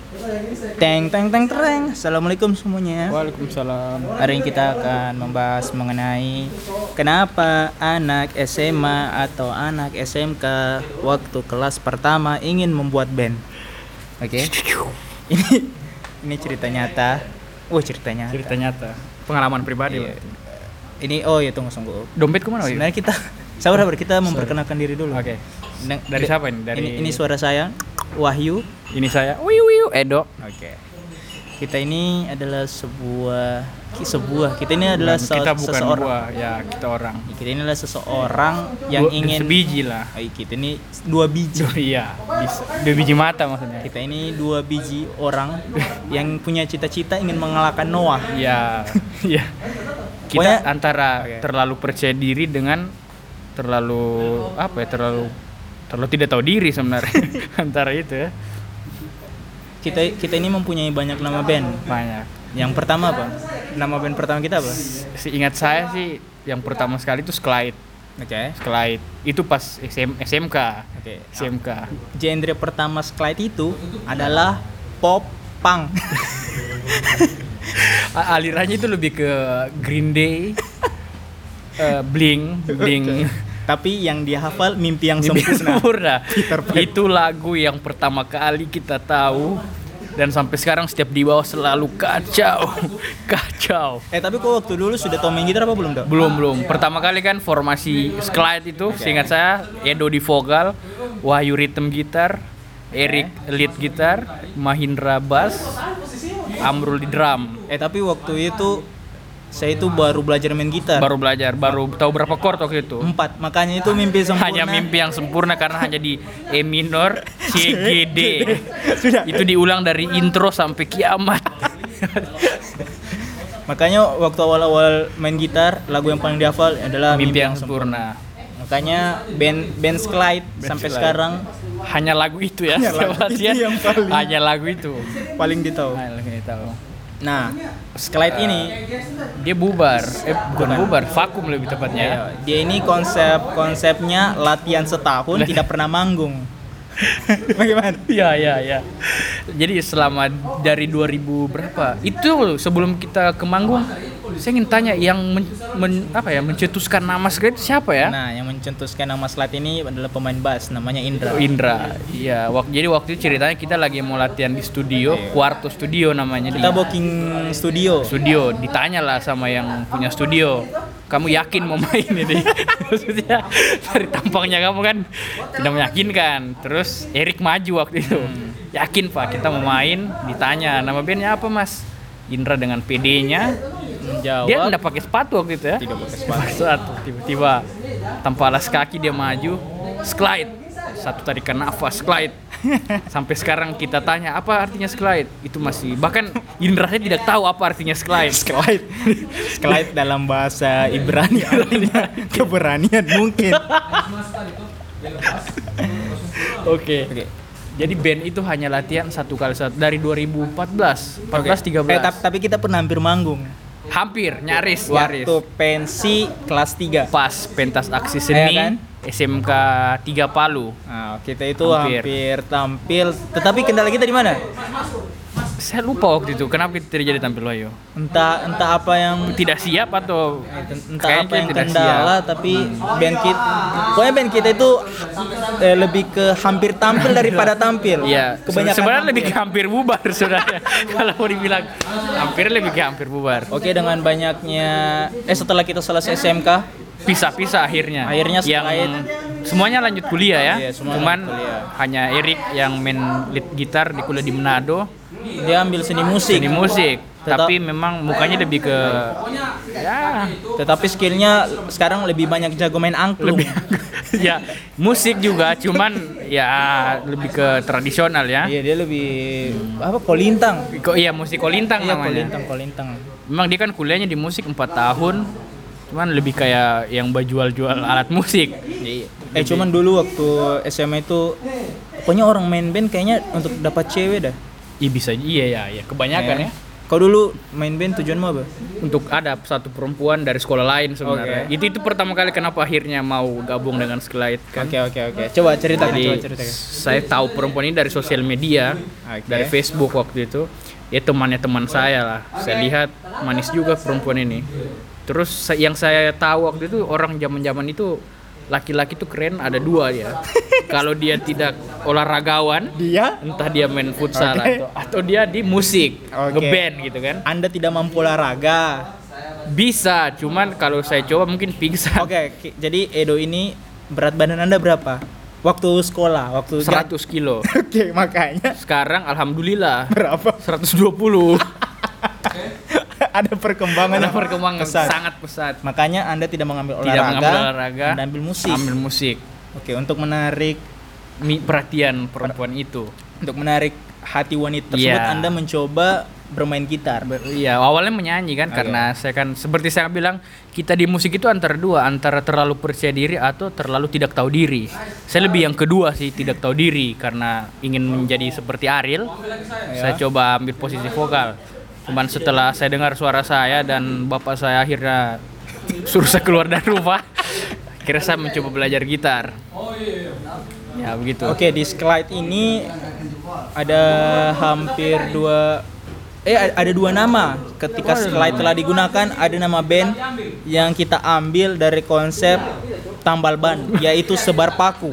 Teng teng teng tereng. Assalamualaikum semuanya. Waalaikumsalam. Hari ini kita akan membahas mengenai kenapa anak SMA atau anak SMK waktu kelas pertama ingin membuat band. Oke. Ini cerita nyata. Cerita nyata. Cerita nyata. Pengalaman pribadi. Iya. Ini tunggu. Dompet kemana? Sebenarnya kita sabar kita memperkenalkan diri dulu. Oke. Dari siapa ini? Ini suara saya, Wahyu. Ini saya, Wiu Edo. Oke. Kita ini adalah kita ini adalah kita bukan seseorang. buah, ya kita orang. Kita ini adalah seseorang yang ingin sebiji lah. Kita ini 2 biji. Iya, bisa. 2 biji mata maksudnya. Kita ini 2 biji orang yang punya cita-cita ingin mengalahkan Noah. Iya. Iya. Kita Pokoknya, antara terlalu percaya diri dengan terlalu tidak tahu diri sebenarnya. Antara itu ya. Kita ini mempunyai banyak nama band. Banyak. Yang pertama apa? Nama band pertama kita apa? Ingat saya sih yang pertama sekali itu Sklite. Oke. Sklite. Itu pas SMK. Oke. SMK. Genre pertama Sklite itu adalah pop punk. Alirannya itu lebih ke Green Day, Blink. Tapi yang dia hafal mimpi yang Mimpi sempurna. Sempurna. Itu lagu yang pertama kali kita tahu dan sampai sekarang setiap di bawah selalu kacau. Tapi kok waktu dulu sudah tahu main gitar apa belum, Dok? Belum. Pertama kali kan formasi Sklite itu, seingat saya Edo di vokal, Wahyu rhythm gitar, Erik lead gitar, Mahindra bass, Amrul di drum. Tapi waktu itu saya itu baru belajar main gitar. Baru tahu berapa chord waktu itu. 4, makanya itu mimpi sempurna. Hanya mimpi yang sempurna karena hanya di E minor, C, G, D. Sudah. Itu diulang dari intro sampai kiamat. Makanya waktu awal-awal main gitar, lagu yang paling dihafal adalah Mimpi yang sempurna. Makanya band Sklite sampai Sklite. sekarang Hanya lagu itu ya. Hanya lagu itu yang paling- Hanya lagu itu. paling ditahu. Tahu. Nah, Sklite ini Dia bubar. Bukan bubar, vakum lebih tepatnya. dia ini konsepnya latihan setahun tidak pernah manggung. Bagaimana? Iya. Jadi selama dari 2000 berapa? Itu sebelum kita ke manggung, saya ingin tanya yang mencetuskan nama Sklite siapa ya? Nah, yang mencetuskan nama Sklite ini adalah pemain bass namanya Indra. Indra. Iya, jadi waktu itu ceritanya kita lagi mau latihan di studio, Quarto Studio namanya. Kita booking studio. Ditanya lah sama yang punya studio, kamu yakin mau main ini? Maksudnya dari tampangnya kamu kan tidak meyakinkan. Terus Erik maju waktu itu, yakin Pak kita mau main. Ditanya nama bandnya apa Mas? Indra dengan PD-nya Menjawab. dia tidak pakai sepatu waktu itu ya. Tidak pakai sepatu. Tiba-tiba tanpa alas kaki dia maju, Sklite. Satu tarikan nafas Sklite. Sampai sekarang kita tanya apa artinya Sklite, itu masih bahkan Indra saya tidak tahu apa artinya Sklite. Sklite dalam bahasa Ibrani artinya keberanian mungkin. Oke. Jadi band itu hanya latihan satu kali dari 2014, 13. Tapi kita pernah hampir manggung. Hampir, nyaris. Waktu pensi kelas 3. Pas pentas aksi seni Kan? SMK 3 Palu. Nah, kita itu hampir tampil, tetapi kendala kita di mana? Saya lupa waktu itu kenapa kita tidak jadi tampil Wahyu. Entah apa yang Tidak siap atau entah apa yang tidak kendala, tapi band kita itu lebih ke hampir tampil daripada tampil. Iya, Kebanyakan sebenarnya tampil. lebih ke hampir bubar sebenarnya. Kalau mau dibilang hampir lebih ke hampir bubar. Oke, dengan banyaknya setelah kita selesai SMK, Pisah-pisah akhirnya. Akhirnya yang semuanya lanjut kuliah ya. Iya, semua Cuman lanjut kuliah. hanya Erik yang main lead gitar di kuliah di Manado, dia ambil seni musik. tapi memang mukanya lebih ke Tetapi skillnya sekarang lebih banyak jago main angklung. ya musik juga, cuman ya lebih ke tradisional ya. Iya, dia lebih kolintang. Musik kolintang namanya. Kolintang. Memang dia kan kuliahnya di musik 4 tahun. Cuman lebih kayak yang jual alat musik. Iya. Cuman dulu waktu SMA itu pokoknya orang main band kayaknya untuk dapat cewek dah. Iya bisa, iya kebanyakan ya. Kau dulu main band tujuanmu apa? Untuk ada satu perempuan dari sekolah lain sebenarnya. Itu pertama kali kenapa akhirnya mau gabung dengan Skilite kan. Oke. Coba ceritakan, Jadi saya tahu perempuan ini dari sosial media, dari Facebook waktu itu. Ya temannya teman saya lah. Saya lihat manis juga perempuan ini. Terus yang saya tahu waktu itu orang zaman-zaman itu laki-laki tuh keren ada dua dia. Kalau dia tidak olahragawan, entah dia main futsal atau dia di musik, ngeband gitu kan. Anda tidak mampu olahraga. Bisa, cuman kalau saya coba mungkin pingsan. Jadi Edo ini berat badan Anda berapa? Waktu sekolah, 100 kilo. Makanya. Sekarang alhamdulillah berapa? 120. Ada perkembangan sangat pesat. Makanya Anda tidak mengambil olahraga, Anda ambil musik. Oke, untuk menarik perhatian perempuan itu. Untuk menarik hati wanita tersebut, Anda mencoba bermain gitar. Iya, awalnya menyanyi kan, karena saya kan seperti saya bilang, kita di musik itu antara terlalu percaya diri atau terlalu tidak tahu diri. Saya lebih yang kedua sih, tidak tahu diri, karena ingin menjadi seperti Ariel. Saya coba ambil posisi vokal. Cuman setelah saya dengar suara saya dan bapak saya akhirnya suruh saya keluar dari rumah, akhirnya saya mencoba belajar gitar. Ya begitu. Oke, di Skilite ini ada hampir ada dua nama. Ketika Skilite telah digunakan, ada nama band yang kita ambil dari konsep tambal ban, yaitu Sebar Paku.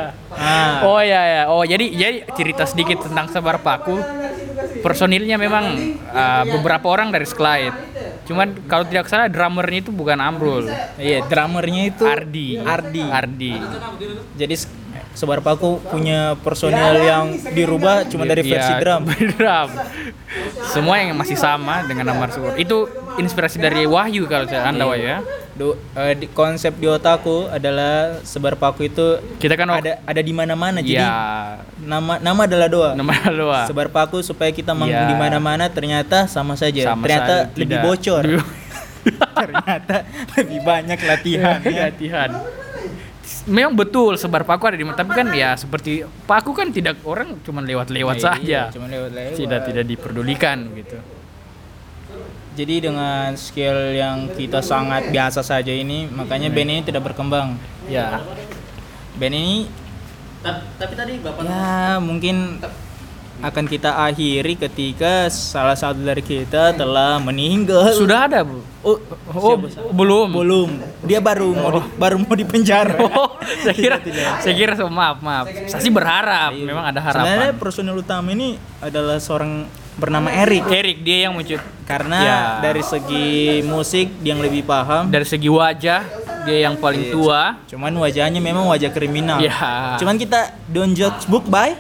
Jadi cerita sedikit tentang Sebar Paku. Personilnya memang beberapa orang dari Skilite. Cuman kalau tidak salah drummernya itu bukan Amrul. Iya, drummernya itu Ardi. Jadi Sebar Paku punya personil yang dirubah cuma dari versi drum. Semua yang masih sama dengan nama Sebar. Itu inspirasi dari Wahyu kalau Anda Wahyu ya. Di konsep di otakku adalah Sebar Paku itu kita kan ada di mana-mana. Jadi nama adalah doa. Sebar Paku supaya kita manggung di mana-mana, ternyata sama saja. Ternyata lebih bocor. Ternyata lebih banyak latihan. Memang betul Sebar Paku ada di mana, tapi kan ya seperti Paku kan tidak orang cuma lewat-lewat saja. Tidak diperdulikan gitu. Jadi dengan skill yang kita sangat biasa saja ini, makanya band ini tidak berkembang. Ya. Band ini tapi tadi Bapak mungkin akan kita akhiri ketika salah satu dari kita telah meninggal. Sudah ada, Bu? Belum. Dia baru mau dipenjara. Saya kira maaf. Saya sih berharap, memang ada harapan. Sebenarnya personil utama ini adalah seorang bernama Erik, dia yang muncul. Karena dari segi musik dia yang lebih paham. Dari segi wajah dia yang paling tua. Cuman wajahnya memang wajah kriminal. Cuman kita don't judge book by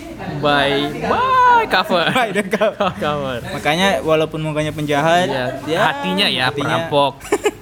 cover. Cover. Makanya walaupun mukanya penjahat, hatinya perampok.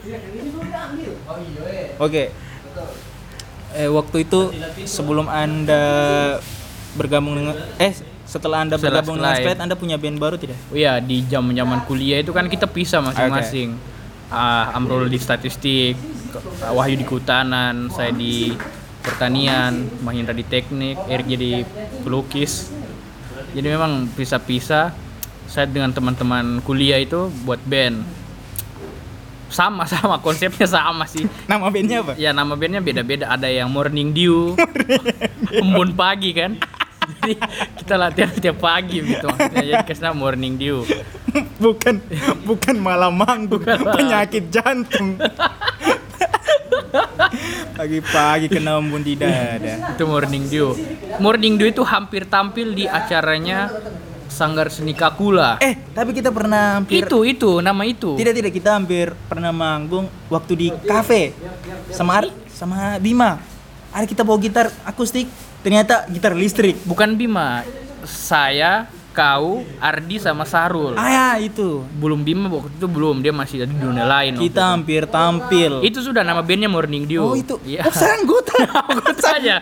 Oke. Waktu itu sebelum Anda bergabung dengan setelah Anda bergabung dengan Skilite, Anda punya band baru tidak? Iya, di zaman kuliah itu kan kita pisah masing-masing. Amrul di statistik, Wahyu di kehutanan, saya di pertanian, Mahendra di teknik, Erik jadi pelukis. Jadi memang pisah-pisah. Saya dengan teman-teman kuliah itu buat band. Sama konsepnya sama sih. Nama bandnya apa? Ya nama bandnya beda-beda. Ada yang Morning Dew, embun pagi kan. Jadi kita latihan tiap pagi gitu. Jadi kasih Morning Dew. Bukan malam manggung, penyakit jantung. Pagi-pagi kena embun di dada. Itu Morning Dew. Morning Dew itu hampir tampil di acaranya Sanggar Seni Kakula. Tapi kita pernah hampir itu nama itu. Tidak, kita hampir pernah manggung waktu di kafe sama Bima. Ada kita bawa gitar akustik, ternyata gitar listrik. Bukan Bima. Saya, kau, Ardi sama Sarul. Itu. Belum Bima waktu itu belum, dia masih di dunia lain. Kita hampir tampil. Itu sudah nama bandnya Morning Dew. Itu. Ya. Sekarang gue tanya.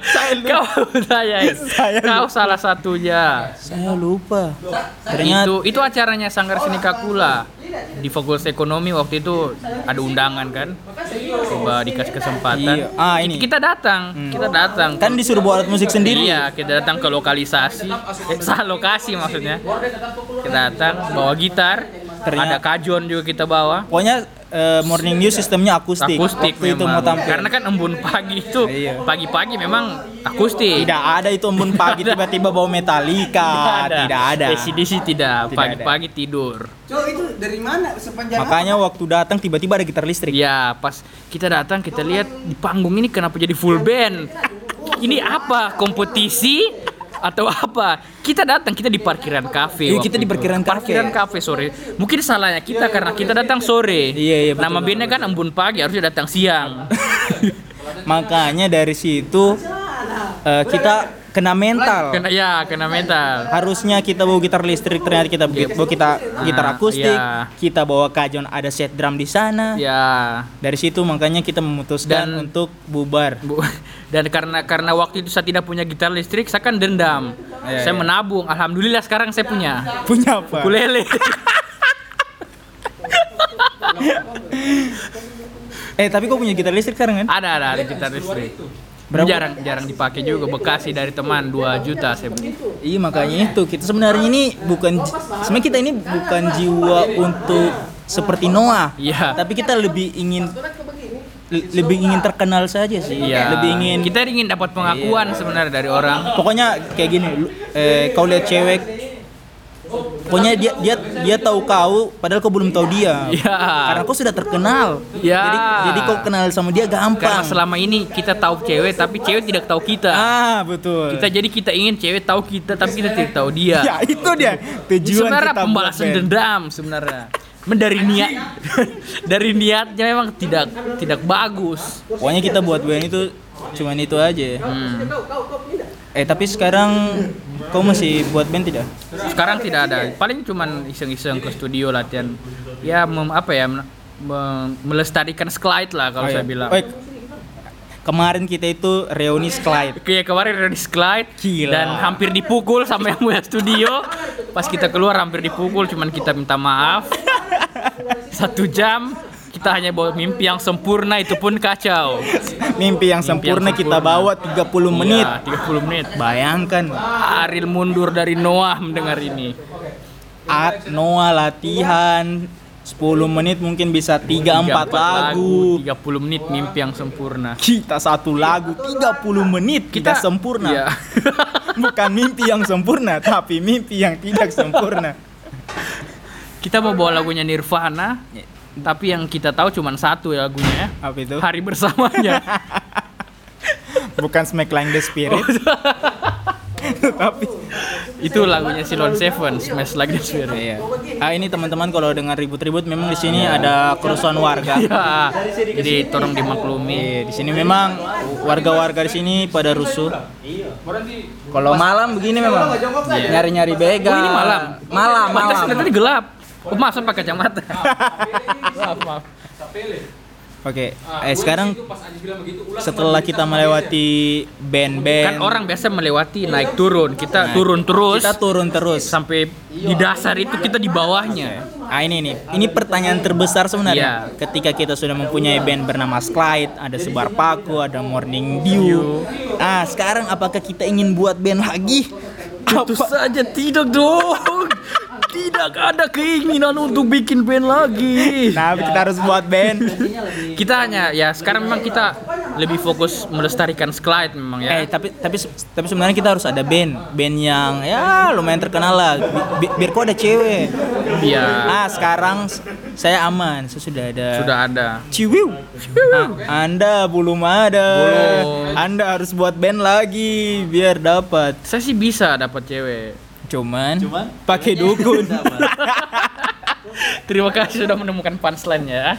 Kau salah satunya. Saya lupa. Itu acaranya Sanggar Seni Kakula. Di Fakultas Ekonomi waktu itu ada undangan kan. Coba dikasih kesempatan. Ini. Kita datang. Kan disuruh bawa alat musik sendiri. Iya, kita datang ke lokasi maksudnya. Kita datang bawa gitar. Ada kajon juga kita bawa. Pokoknya morning news sistemnya akustik. Akustik Waktu itu mau memang. tampil. Karena kan embun pagi itu Iya. pagi-pagi memang akustik. Tidak ada itu embun pagi tiba-tiba bawa Metallica. Tidak ada. AC/DC tidak. Tidak Pagi-pagi tidur. Cok, itu dari mana sepanjang Makanya waktu datang tiba-tiba ada gitar listrik. Ya, pas kita datang kita lihat di panggung ini kenapa jadi full band. Ini apa? Kompetisi atau apa? Kita datang kita di parkiran kafe. Iya, kita di parkiran kafe. Parkiran kafe sore. Mungkin salahnya kita karena kita datang sore. Iya, betul. Nama bandnya kan embun pagi, harusnya datang siang. Makanya dari situ kita kena mental. Kena mental. Harusnya kita bawa gitar listrik, ternyata kita bawa gitar akustik. iya. Kita bawa kajon, ada set drum di sana. Ya. Dari situ makanya kita memutuskan Dan- untuk bubar. Dan karena waktu itu saya tidak punya gitar listrik, saya kan dendam. Iya, Saya iya. menabung. Alhamdulillah sekarang saya punya Punya apa? ukulele. Tapi kok punya gitar listrik sekarang kan? ada gitar listrik. Berapa? Jarang dipakai juga, bekasi dari teman 2 juta saya beli. Iya, makanya itu kita sebenarnya ini sebenarnya kita ini bukan jiwa untuk seperti Noah. Iya. Tapi kita lebih ingin terkenal saja sih. Iya. Lebih ingin Kita ingin dapat pengakuan sebenarnya dari orang. pokoknya kayak gini, kau lihat cewek, pokoknya dia tahu kau padahal kau belum tahu dia. Iya. Karena kau sudah terkenal. Iya. Jadi kau kenal sama dia Karena gampang. selama ini kita tahu cewek tapi cewek tidak tahu kita. Betul. Kita ingin cewek tahu kita tapi kita tidak tahu dia. Ya, itu dia tujuan Sebenarnya kita buat pembalasan band. dendam sebenarnya. Dari niat dari niatnya memang tidak bagus. Pokoknya kita buat band itu cuman itu aja. Hmm. Tapi sekarang kau masih buat band tidak? Sekarang tidak ada. Paling cuman iseng-iseng ke studio latihan. Ya melestarikan Sklite lah kalau saya bilang. Kemarin kita itu reuni Sklite. Kayak kemarin ada di Sklite Gila. dan hampir dipukul sama yang punya studio. Pas kita keluar hampir dipukul, cuman kita minta maaf. 1 jam kita hanya bawa mimpi yang sempurna, itu pun kacau. Mimpi yang sempurna kita bawa 30 menit. Iya, 30 menit. Bayangkan, Ariel mundur dari Noah mendengar ini. Noah latihan 10 menit mungkin bisa 3-4 lagu. 30 menit mimpi yang sempurna. Kita satu lagu 30 menit kita sempurna. Iya. Bukan mimpi yang sempurna, tapi mimpi yang tidak sempurna. Kita mau bawa lagunya Nirvana, tapi yang kita tahu cuma satu ya lagunya. Apa itu? Hari bersamanya. Bukan Smack Like the Spirit. Tapi Itu lagunya Silon Seven, Smash Like the Spirit. iya. Ini teman-teman kalau dengar ribut-ribut memang di sini ada kerusuhan warga. Ya, jadi tolong dimaklumi. Di sini memang warga-warga di sini pada rusuh. Kalau malam begini memang nyari-nyari begal. Oh, ini malam? Malam. Pantas tadi gelap. Oh, masa pakai kacamata. maaf. Oke, sekarang setelah kita melewati band-band, Kan orang biasa melewati naik turun, kita turun terus kita turun terus. sampai di dasar itu kita di bawahnya. Ini pertanyaan terbesar sebenarnya. Iya. Ketika kita sudah mempunyai band bernama Sklite, ada Sebar Paku, ada Morning Dew. Sekarang apakah kita ingin buat band lagi? Tentu saja tidak dong. Tidak ada keinginan untuk bikin band lagi. Nah, kita harus buat band. Kita hanya ya sekarang memang kita lebih fokus melestarikan Sklite memang ya. Tapi sebenarnya kita harus ada band yang ya lumayan terkenal lah. Biar kok ada cewek. Iya. Sekarang saya aman, saya sudah ada. Sudah ada. Ciwiu. Anda belum ada. Belum. Anda harus buat band lagi biar dapat. Saya sih bisa dapat cewek. Cuman pakai dukun. Terima kasih sudah menemukan punchline ya.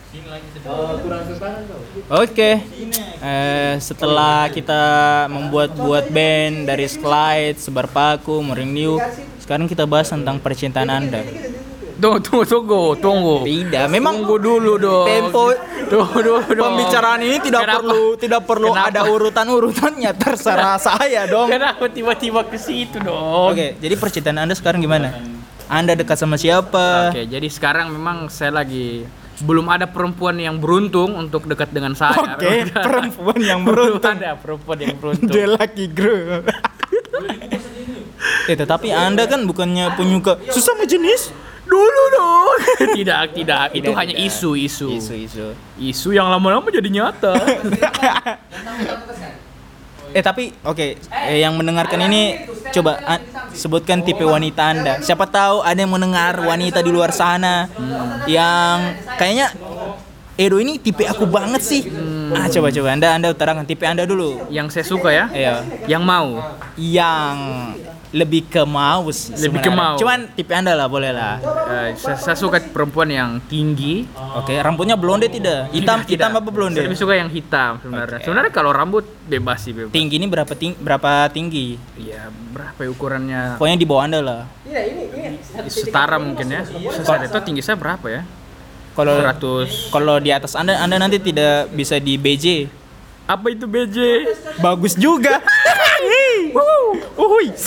Oke. Setelah kita membuat band dari Sklite, Sebar Paku, Morning Dew, sekarang kita bahas tentang percintaan Anda. Tunggu. Tidak, memang Tunggu dulu dong. tempo Tunggu dong. pembicaraan ini tidak perlu Kenapa? ada urutan-urutannya, terserah saya dong. Kenapa tiba-tiba ke situ dong? Oke, jadi percintaan Anda sekarang gimana? Anda dekat sama siapa? Oke, jadi sekarang memang saya lagi belum ada perempuan yang beruntung untuk dekat dengan saya. Oke, perempuan yang Belum beruntung. ada perempuan yang beruntung. The lucky girl. Tetapi Anda kan bukannya penyuka sesama jenis dulu dong. Tidak. Itu hanya tidak. isu. Isu yang lama-lama jadi nyata. Tapi oke, yang mendengarkan ini coba sebutkan tipe wanita Anda. Siapa tahu ada yang mendengar wanita di luar sana yang kayaknya Edo ini tipe aku banget sih. Coba Anda utarakan tipe Anda dulu. Yang saya suka ya. Iya. Yang mau. Yang lebih ke mau sih. Lebih ke sebenarnya. mau. Cuman tipe Anda lah, boleh lah. Saya suka perempuan yang tinggi. Oke, rambutnya blonde tidak? Hitam apa blonde? Saya lebih suka yang hitam sebenarnya. Sebenarnya kalau rambut bebas sih bebas. Tinggi ini berapa tinggi? Iya, berapa ya ukurannya? Pokoknya di bawah Anda lah. Setara mungkin ya. Saya itu tinggi saya berapa ya? Kalau 100. Kalau di atas Anda nanti tidak bisa di BJ. Apa itu BJ? Bagus juga. Uhuy.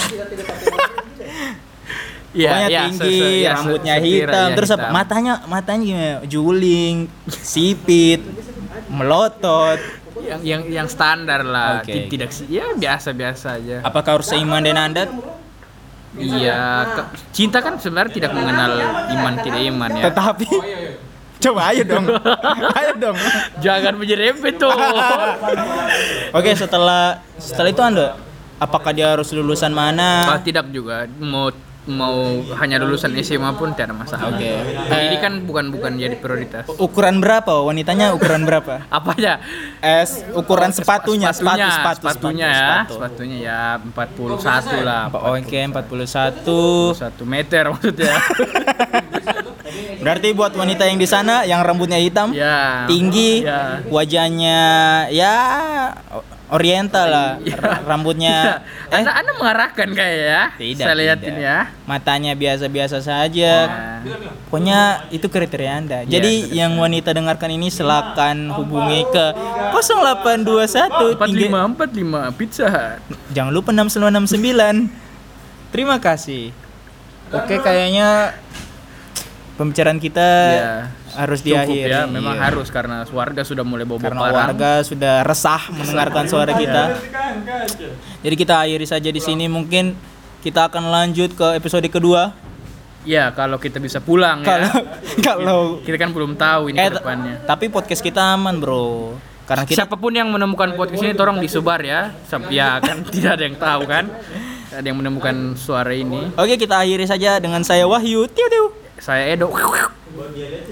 Pokoknya tinggi, rambutnya hitam, terus apa? Matanya gimana? Juling, sipit, melotot. Yang standar lah. Oke. Tidak ya biasa aja. Apakah harus seiman dengan Anda? Iya, cinta kan sebenarnya tidak mengenal iman tidak iman ya. Tetapi coba ayo dong. Jangan menyerempet tuh. Oke, setelah itu Anda apakah dia harus lulusan mana? Tidak juga. Mau hanya lulusan SMA pun tidak ada masalah. Oke. Ini kan bukan jadi prioritas. Ukuran berapa? Wanitanya ukuran berapa? Apanya? Ukuran sepatunya Sepatunya ya 41 lah. Oke, 41. 1 meter maksudnya. Berarti buat wanita yang di sana yang rambutnya hitam, Ya. tinggi, Ya. wajahnya ya oriental lah, rambutnya Anda mengarahkan kayak ya. Tidak, Saya lihat tidak. ini ya. matanya biasa-biasa saja. Pokoknya itu kriteria Anda. Jadi yang wanita dengarkan ini silakan hubungi ke 0821 45 Pizza Hut. Jangan lupa 6969. Terima kasih. Oke, kayaknya pembicaraan kita harus Cukup diakhiri. ya, memang Iya. harus karena warga sudah mulai bobo Karena parang. warga sudah resah mendengarkan suara kita. Jadi kita akhiri saja di sini. Mungkin kita akan lanjut ke episode kedua. Ya, kalau kita bisa pulang ya. Kalau Kita kan belum tahu ini ke depannya. tapi podcast kita aman, Bro. Karena kita Siapapun yang menemukan podcast ini tolong disebar ya. Ya kan tidak ada yang tahu kan. Ada yang menemukan suara ini. Oke, kita akhiri saja dengan saya Wahyu. Tiu. Saya Edo.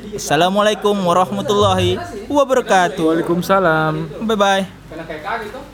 Assalamualaikum warahmatullahi wabarakatuh. Waalaikumsalam. Bye bye.